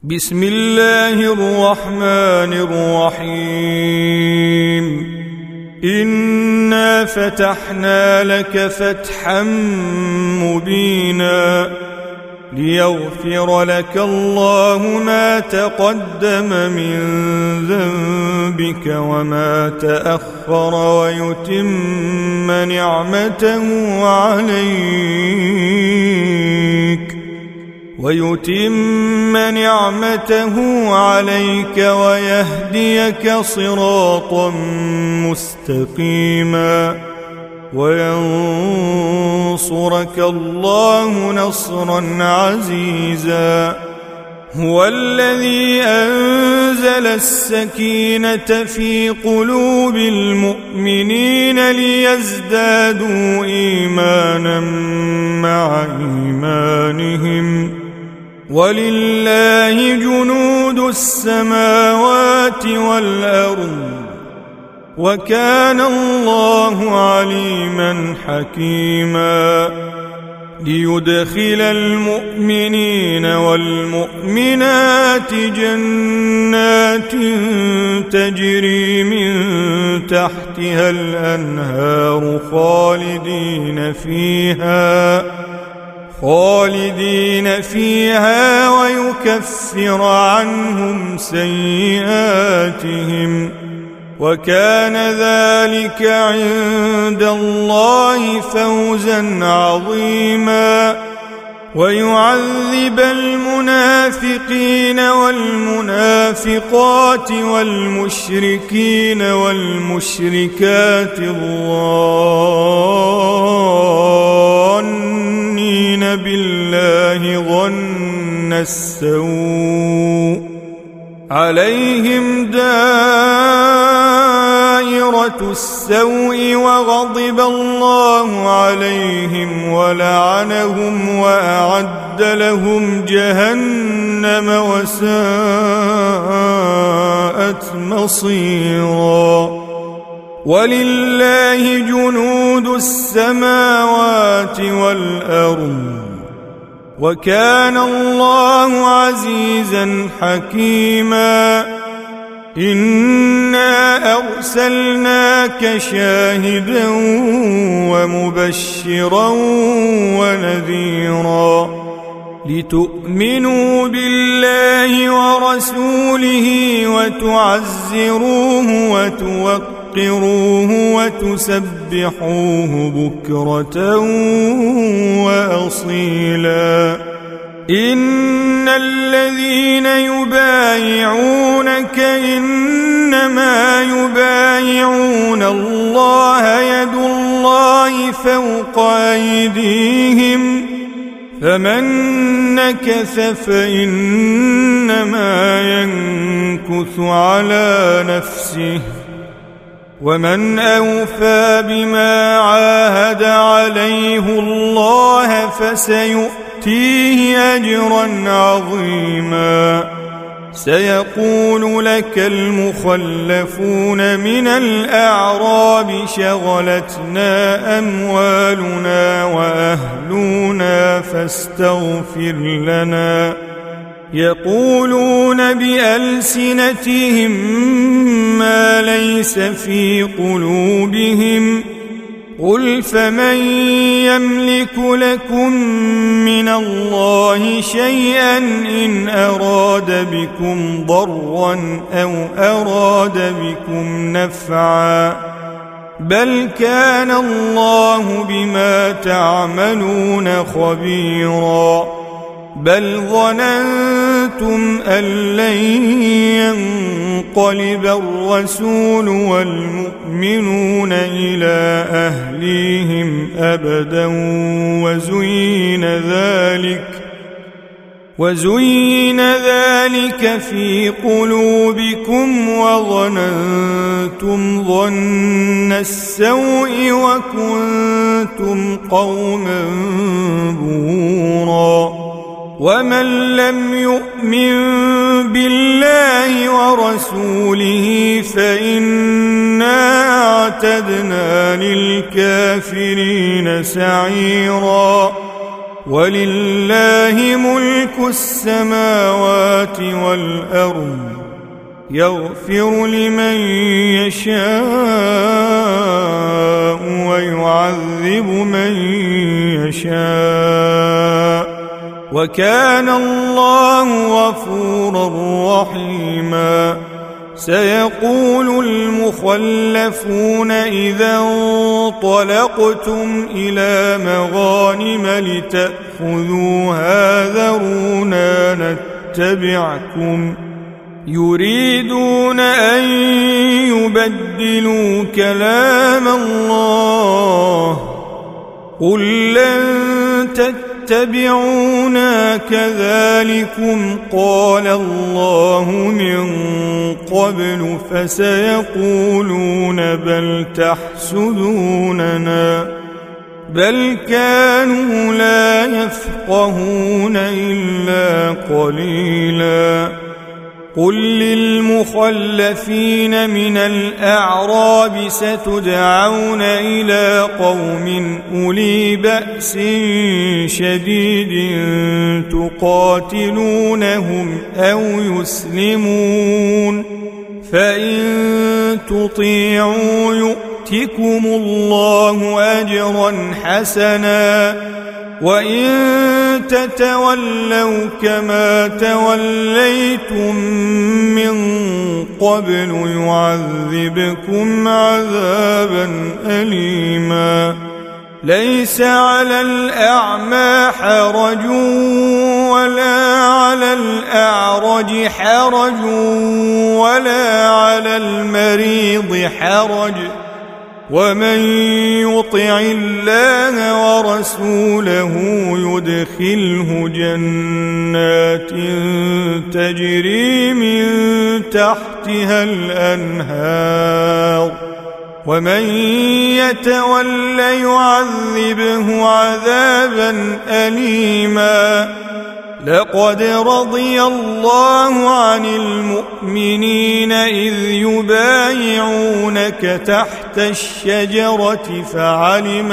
بسم الله الرحمن الرحيم. إنا فتحنا لك فتحا مبينا ليغفر لك الله ما تقدم من ذنبك وما تأخر ويتم نعمته عليك ويهديك صراطا مستقيما وينصرك الله نصرا عزيزا. هو الذي أنزل السكينة في قلوب المؤمنين ليزدادوا إيمانا مع إيمانهم ولله جنود السماوات والأرض وكان الله عليما حكيما. ليدخل المؤمنين والمؤمنات جنات تجري من تحتها الأنهار خالدين فيها ويكفر عنهم سيئاتهم وكان ذلك عند الله فوزا عظيما. ويعذب المنافقين والمنافقات والمشركين والمشركات الظانين بالله ظن السوء عليهم دائرة السوء وغضب الله عليهم ولعنهم وأعد لهم جهنم وساءت مصيرا. ولله جنود السماوات والأرض وكان الله عزيزا حكيما. إنا أرسلناك شاهدا ومبشرا ونذيرا لتؤمنوا بالله ورسوله وتعزروه وتوقروه وتسبحوه بكرة وأصيلا. إن الذين يبايعونك إنما يبايعون الله يد الله فوق أيديهم فمن نكث فإنما ينكث على نفسه ومن أوفى بما عاهد عليه الله فسيؤتيه أجرا عظيما. سيقول لك المخلفون من الأعراب شغلتنا أموالنا وأهلنا فاستغفر لنا. يقولون بألسنتهم ما ليس في قلوبهم قل فمن يملك لكم من الله شيئا إن أراد بكم ضرا أو أراد بكم نفعا بل كان الله بما تعملون خبيرا. بل ظننتم أن لن ينقلب الرسول والمؤمنون إلى أهليهم أبدا وزين ذلك في قلوبكم وظننتم ظن السوء وكنتم قوما بورا. ومن لم يؤمن بالله ورسوله فإنا اعتدنا للكافرين سعيرا. ولله ملك السماوات والأرض يغفر لمن يشاء ويعذب من يشاء وكان الله غفورا رحيما سيقول المخلفون إذا انطلقتم إلى مغانم لتأخذوها ذرونا نتبعكم يريدون أن يبدلوا كلام الله قل لن تتبعونا كذلكم قال الله من قبل فسيقولون بل تحسدوننا بل كانوا لا يفقهون إلا قليلا قل للمخلفين من الأعراب ستدعون إلى قوم أولي بأس شديد تقاتلونهم أو يسلمون فإن تطيعوا يؤتكم الله أجرا حسنا وإن تتولوا كما توليتم من قبل يعذبكم عذابا أليما ليس على الأعمى حرج ولا على الأعرج حرج ولا على المريض حرج ومن يطع الله ورسوله يدخله جنات تجري من تحتها الأنهار ومن يتول يعذبه عذابا أليما لقد رضي الله عن المؤمنين إذ يبايعونك تحت الشجرة فعلم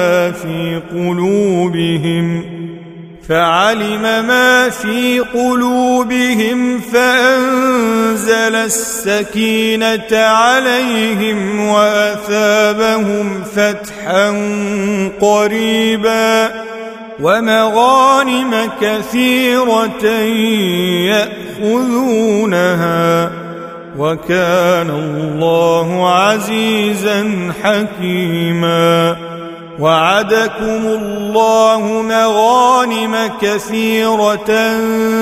ما في قلوبهم فأنزل السكينة عليهم وأثابهم فتحا قريبا ومغانم كثيرة يأخذونها وكان الله عزيزا حكيما وعدكم الله مغانم كثيرة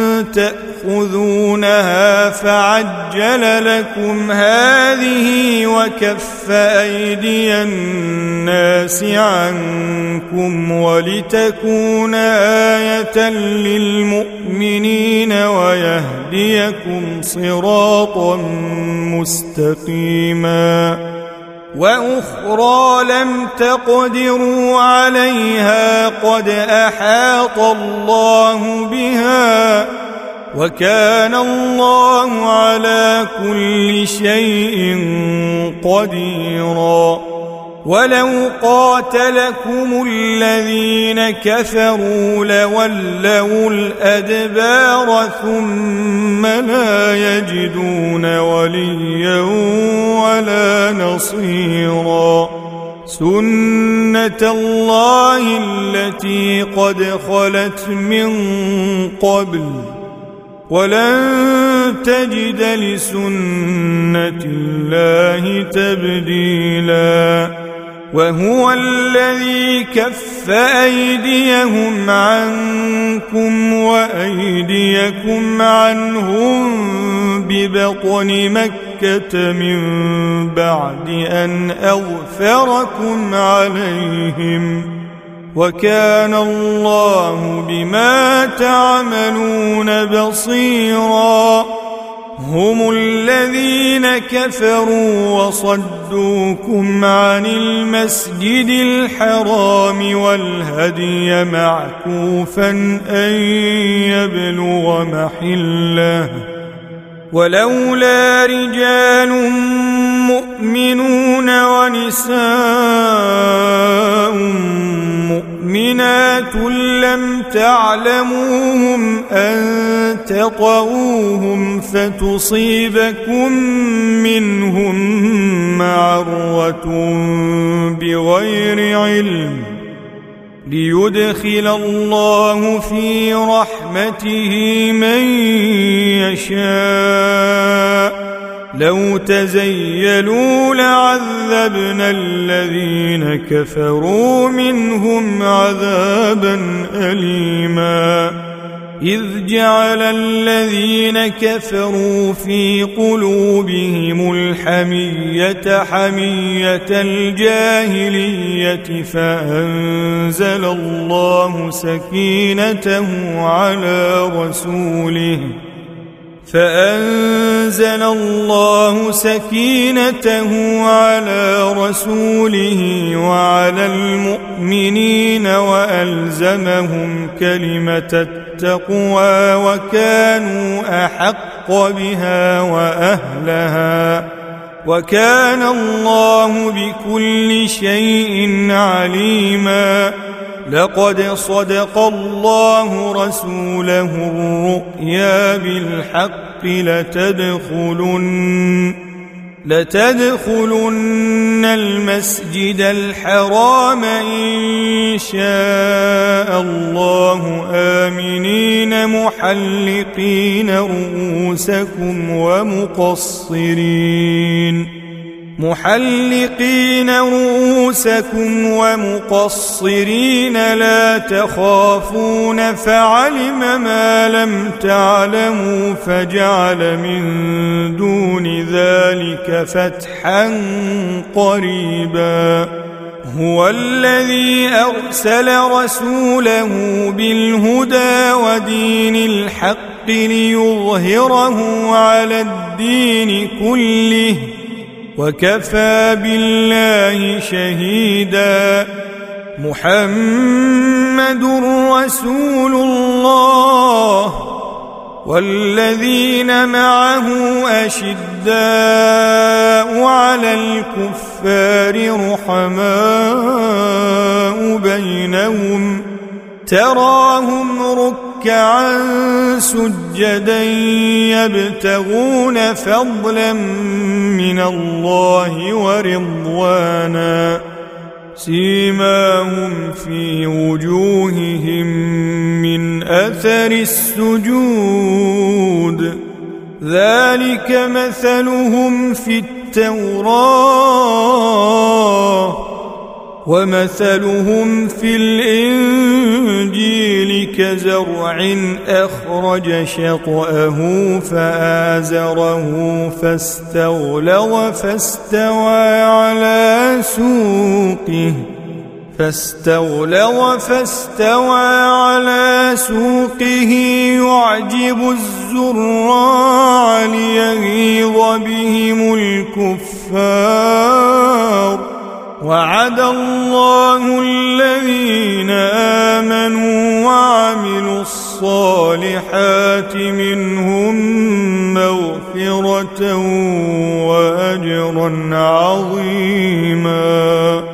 تأخذونها فعجل لكم هذه وكف أيدي الناس عنكم ولتكون آية للمؤمنين ويهديكم صراطا مستقيما وأخرى لم تقدروا عليها قد أحاط الله بها وكان الله على كل شيء قديرا ولو قاتلكم الذين كفروا لولوا الأدبار ثم لا يجدون وليا ولا نصيرا سنة الله التي قد خلت من قبل ولن تجد لسنة الله تبديلا وهو الذي كف أيديهم عنكم وأيديكم عنهم ببطن مكة من بعد أن أغفركم عليهم وكان الله بما تعملون بصيرا هم الذين كفروا وصدوكم عن المسجد الحرام والهدي معكوفا أن يبلغ محله ولولا رجال مؤمنون ونساء مؤمنات لم تعلموهم أن تطؤوهم فتصيبكم منهم معرة بغير علم ليدخل الله في رحمته من يشاء لو تزيلوا لعذبنا الذين كفروا منهم عذابا أليما إذ جعل الذين كفروا في قلوبهم الحمية حمية الجاهلية فأنزل الله سكينته على رسوله وعلى المؤمنين وألزمهم كلمة التقوى وكانوا أحق بها وأهلها وكان الله بكل شيء عليما لقد صدق الله رسوله الرؤيا بالحق لتدخلن المسجد الحرام إن شاء الله آمنين محلقين رؤوسكم ومقصرين لا تخافون فعلم ما لم تعلموا فجعل من دون ذلك فتحا قريبا هو الذي أرسل رسوله بالهدى ودين الحق ليظهره على الدين كله وكفى بالله شهيدا محمد رسول الله والذين معه أشداء على الكفار رحماء بينهم تراهم ركعا سجدا يبتغون فضلا من الله ورضوانا سيماهم في وجوههم من أثر السجود ذلك مثلهم في التوراة ومثلهم في الإنجيل كزرع أخرج شطأه فآزره فاستولى على سوقه يعجب الزراع ليغيظ بهم الكفار وعد الله الذين آمنوا وعملوا الصالحات منهم مغفرة وأجرا عظيما.